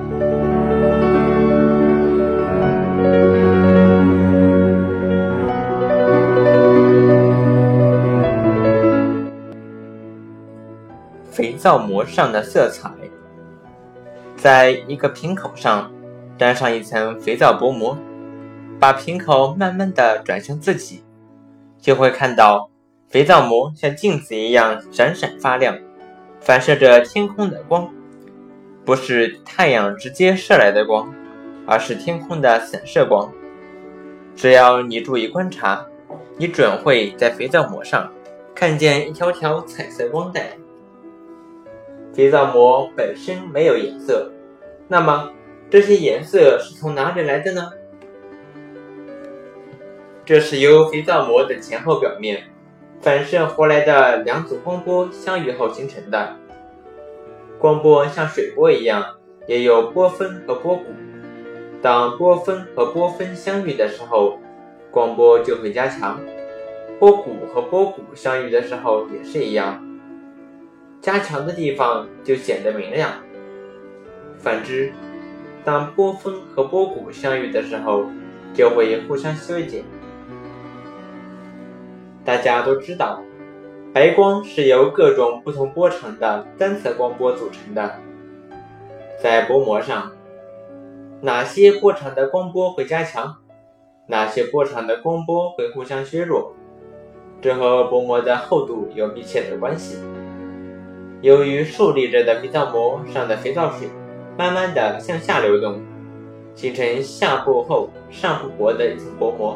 肥皂膜上的色彩，在一个瓶口上沾上一层肥皂薄膜，把瓶口慢慢地转向自己，就会看到肥皂膜像镜子一样闪闪发亮，反射着天空的光，不是太阳直接射来的光，而是天空的散射光。只要你注意观察，你准会在肥皂膜上看见一条条彩色光带。肥皂膜本身没有颜色，那么这些颜色是从哪里来的呢？这是由肥皂膜的前后表面反射回来的两组光波相遇后形成的。光波像水波一样，也有波峰和波谷。当波峰和波峰相遇的时候，光波就会加强；波谷和波谷相遇的时候也是一样，加强的地方就显得明亮。反之，当波峰和波谷相遇的时候，就会互相修剪。大家都知道，白光是由各种不同波长的单色光波组成的。在薄膜上，哪些波长的光波会加强，哪些波长的光波会互相削弱，这和薄膜的厚度有密切的关系。由于竖立着的肥皂膜上的肥皂水慢慢地向下流动，形成下部厚上部薄的一层薄膜。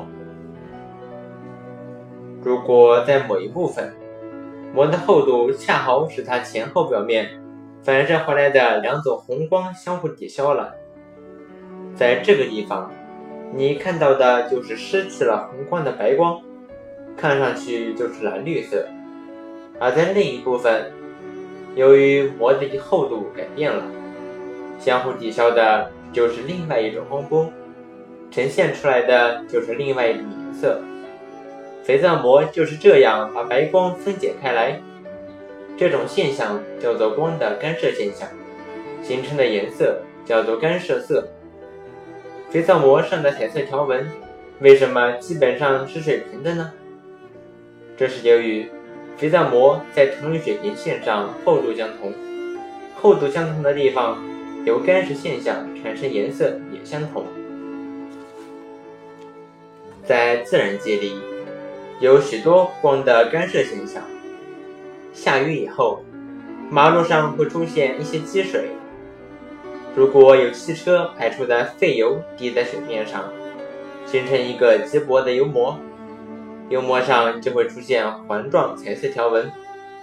如果在某一部分膜的厚度恰好使它前后表面反射回来的两种红光相互抵消了，在这个地方你看到的就是失去了红光的白光，看上去就是蓝绿色。而在另一部分，由于膜的厚度改变了，相互抵消的就是另外一种光波，呈现出来的就是另外一种颜色。肥皂膜就是这样把白光分解开来，这种现象叫做光的干涉现象，形成的颜色叫做干涉色。肥皂膜上的彩色条纹为什么基本上是水平的呢？这是由于肥皂膜在同一水平线上厚度相同，厚度相同的地方由干涉现象产生颜色也相同。在自然界里有许多光的干涉现象。下雨以后，马路上会出现一些积水，如果有汽车排出的废油滴在水面上，形成一个极薄的油膜，油膜上就会出现环状彩色条纹。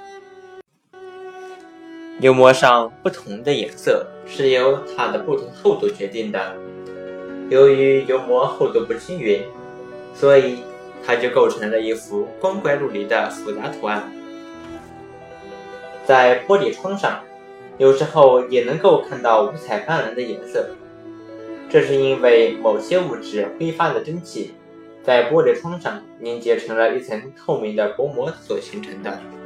油膜上不同的颜色是由它的不同厚度决定的。由于油膜厚度不均匀，所以它就构成了一幅光怪陆离的复杂图案。在玻璃窗上，有时候也能够看到五彩斑斓的颜色，这是因为某些物质挥发的蒸汽在玻璃窗上凝结成了一层透明的薄膜所形成的。